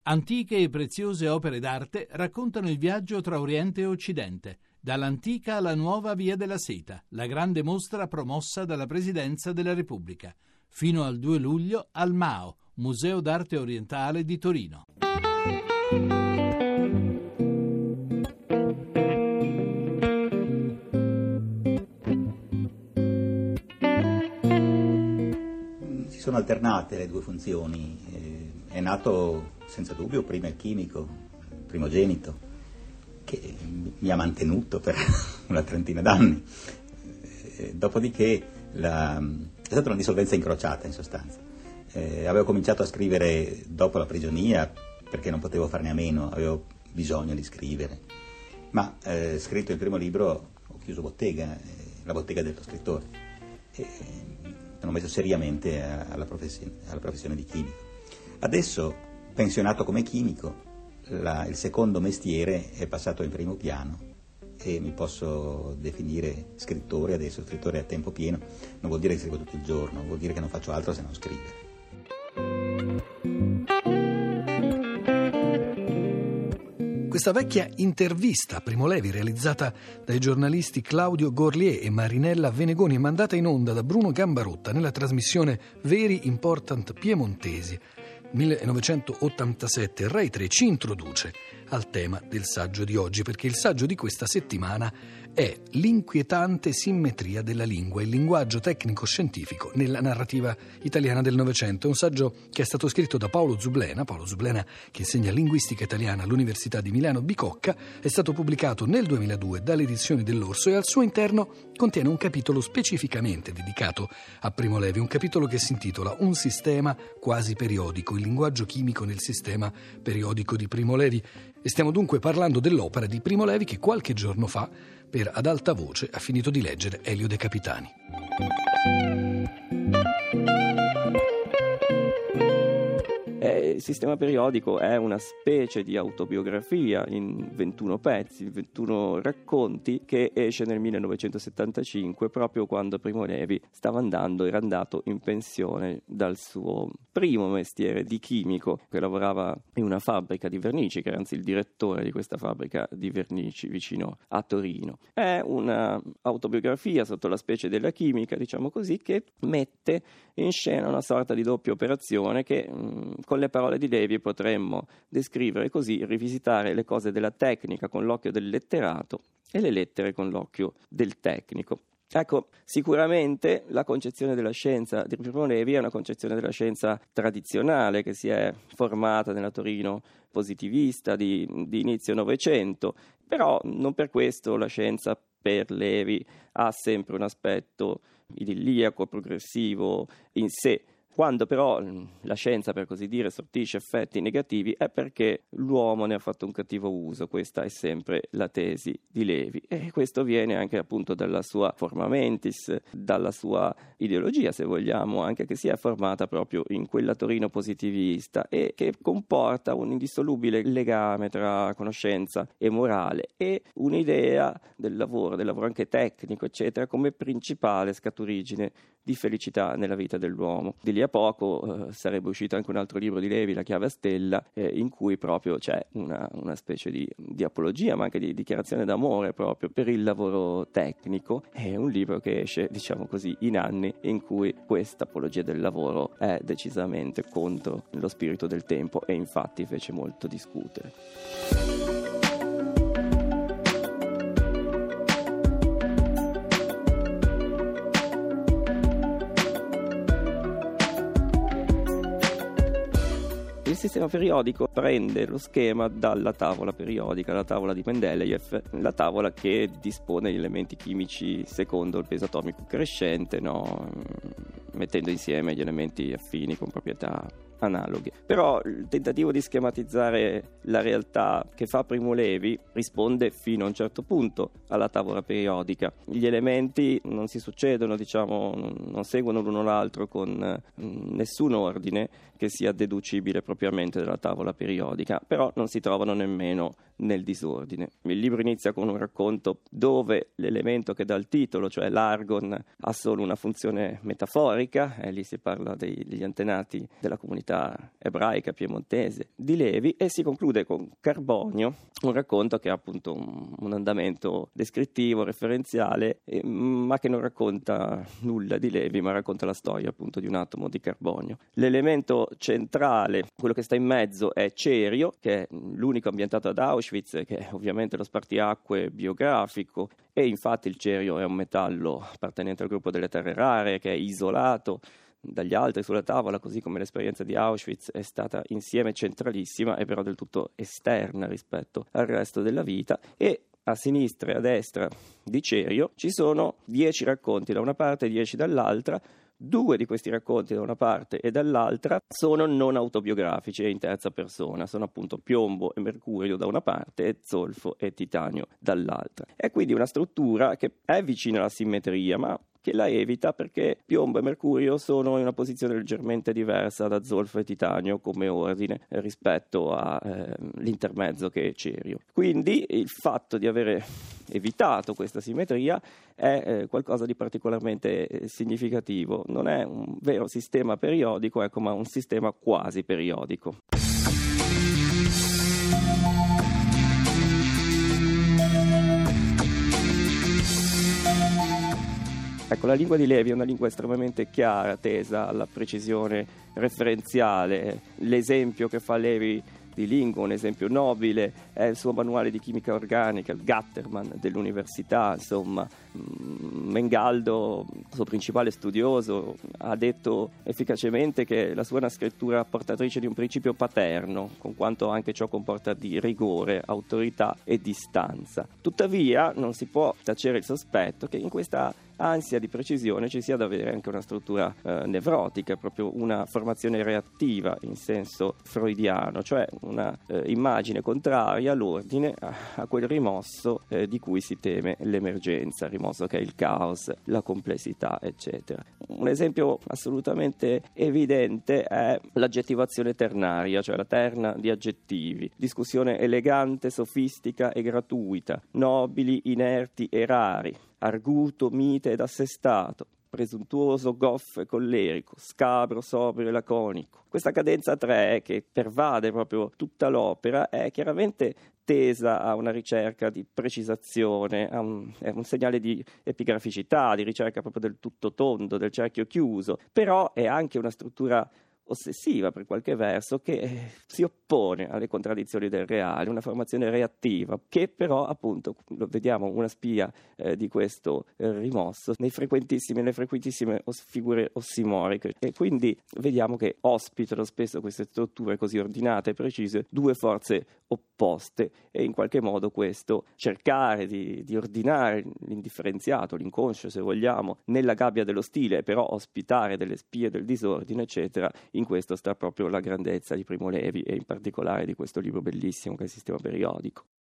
Antiche e preziose opere d'arte raccontano il viaggio tra Oriente e Occidente, dall'antica alla nuova Via della Seta, la grande mostra promossa dalla Presidenza della Repubblica, fino al 2 luglio al MAO, Museo d'Arte Orientale di Torino. Si sono alternate le due funzioni. È nato senza dubbio prima il chimico, primogenito, che mi ha mantenuto per una trentina d'anni. Dopodiché è stata una dissolvenza incrociata, in sostanza. Avevo cominciato a scrivere dopo la prigionia perché non potevo farne a meno, avevo bisogno di scrivere. Ma scritto il primo libro ho chiuso bottega, la bottega dello scrittore. Sono messo seriamente alla professione di chimico. Adesso, pensionato come chimico, il secondo mestiere è passato in primo piano e mi posso definire scrittore adesso, scrittore a tempo pieno. Non vuol dire che scrivo tutto il giorno, vuol dire che non faccio altro se non scrivere. Questa vecchia intervista a Primo Levi, realizzata dai giornalisti Claudio Gorlier e Marinella Venegoni, è mandata in onda da Bruno Gambarotta nella trasmissione Very Important Piemontesi 1987. Rai 3 ci introduce al tema del saggio di oggi, perché il saggio di questa settimana è L'inquietante simmetria della lingua, il linguaggio tecnico-scientifico nella narrativa italiana del Novecento. È un saggio che è stato scritto da Paolo Zublena che insegna linguistica italiana all'Università di Milano Bicocca, è stato pubblicato nel 2002 dalle edizioni dell'Orso e al suo interno contiene un capitolo specificamente dedicato a Primo Levi, un capitolo che si intitola Un sistema quasi periodico, il linguaggio chimico nel sistema periodico di Primo Levi. E stiamo dunque parlando dell'opera di Primo Levi che qualche giorno fa, per Ad alta voce, ha finito di leggere Elio De Capitani. Il sistema periodico è una specie di autobiografia in 21 pezzi, 21 racconti, che esce nel 1975, proprio quando Primo Levi era andato in pensione dal suo primo mestiere di chimico, che lavorava in una fabbrica di vernici, che era anzi il direttore di questa fabbrica di vernici vicino a Torino. È una autobiografia sotto la specie della chimica, diciamo così, che mette in scena una sorta di doppia operazione che con le parole di Levi potremmo descrivere così: rivisitare le cose della tecnica con l'occhio del letterato e le lettere con l'occhio del tecnico. Ecco, sicuramente la concezione della scienza di Primo Levi è una concezione della scienza tradizionale che si è formata nella Torino positivista di inizio Novecento, però non per questo la scienza per Levi ha sempre un aspetto idilliaco, progressivo in sé. Quando però la scienza, per così dire, sortisce effetti negativi è perché l'uomo ne ha fatto un cattivo uso. Questa è sempre la tesi di Levi, e questo viene anche appunto dalla sua forma mentis, dalla sua ideologia, se vogliamo, anche che si è formata proprio in quella Torino positivista e che comporta un indissolubile legame tra conoscenza e morale e un'idea del lavoro anche tecnico, eccetera, come principale scaturigine di felicità nella vita dell'uomo. Di lì a poco sarebbe uscito anche un altro libro di Levi, La chiave a stella, in cui proprio c'è una specie di apologia, ma anche di dichiarazione d'amore proprio per il lavoro tecnico. È un libro che esce, diciamo così, in anni in cui questa apologia del lavoro è decisamente contro lo spirito del tempo e infatti fece molto discutere. Il sistema periodico prende lo schema dalla tavola periodica, la tavola di Mendeleev, la tavola che dispone gli elementi chimici secondo il peso atomico crescente, mettendo insieme gli elementi affini con proprietà analoghe. Però il tentativo di schematizzare la realtà che fa Primo Levi risponde fino a un certo punto alla tavola periodica. Gli elementi non si succedono, non seguono l'uno l'altro con nessun ordine che sia deducibile propriamente dalla tavola periodica, però non si trovano nemmeno nel disordine. Il libro inizia con un racconto dove l'elemento che dà il titolo, cioè l'argon, ha solo una funzione metaforica, e lì si parla degli antenati della comunità vita ebraica piemontese di Levi, e si conclude con Carbonio, un racconto che ha appunto un andamento descrittivo, referenziale, ma che non racconta nulla di Levi, ma racconta la storia appunto di un atomo di carbonio. L'elemento centrale, quello che sta in mezzo, è cerio, che è l'unico ambientato ad Auschwitz, che è ovviamente lo spartiacque biografico, e infatti il cerio è un metallo appartenente al gruppo delle terre rare, che è isolato dagli altri sulla tavola, così come l'esperienza di Auschwitz è stata insieme centralissima e però del tutto esterna rispetto al resto della vita. E a sinistra e a destra di Cerio ci sono 10 racconti da una parte e 10 dall'altra. 2 di questi racconti da una parte e dall'altra sono non autobiografici e in terza persona, sono appunto Piombo e Mercurio da una parte e Zolfo e Titanio dall'altra. È quindi una struttura che è vicina alla simmetria, ma che la evita perché Piombo e Mercurio sono in una posizione leggermente diversa da Zolfo e Titanio come ordine rispetto all'intermezzo che è Cerio. Quindi il fatto di avere evitato questa simmetria è qualcosa di particolarmente significativo. Non è un vero sistema periodico, ma un sistema quasi periodico. Ecco, la lingua di Levi è una lingua estremamente chiara, tesa alla precisione referenziale. L'esempio che fa Levi di lingua, un esempio nobile, è il suo manuale di chimica organica, il Gattermann dell'università. Insomma, Mengaldo, suo principale studioso, ha detto efficacemente che la sua è una scrittura portatrice di un principio paterno, con quanto anche ciò comporta di rigore, autorità e distanza. Tuttavia non si può tacere il sospetto che in questa ansia di precisione ci sia da avere anche una struttura nevrotica, proprio una formazione reattiva in senso freudiano, cioè una immagine contraria all'ordine, a quel rimosso di cui si teme l'emergenza, rimosso che è il caos, la complessità, eccetera. Un esempio assolutamente evidente è l'aggettivazione ternaria, cioè la terna di aggettivi, discussione elegante, sofistica e gratuita, nobili, inerti e rari, arguto, mite ed assestato, presuntuoso, goffo e collerico, scabro, sobrio e laconico. Questa cadenza 3, che pervade proprio tutta l'opera, è chiaramente tesa a una ricerca di precisazione, è un segnale di epigraficità, di ricerca proprio del tutto tondo, del cerchio chiuso, però è anche una struttura ossessiva per qualche verso che si oppone alle contraddizioni del reale, una formazione reattiva che però appunto lo vediamo una spia di questo rimosso nelle frequentissime figure ossimoriche, e quindi vediamo che ospitano spesso queste strutture così ordinate e precise due forze opposte, e in qualche modo questo cercare di ordinare l'indifferenziato, l'inconscio se vogliamo, nella gabbia dello stile, però ospitare delle spie del disordine eccetera. In questo sta proprio la grandezza di Primo Levi e in particolare di questo libro bellissimo che è il Sistema periodico.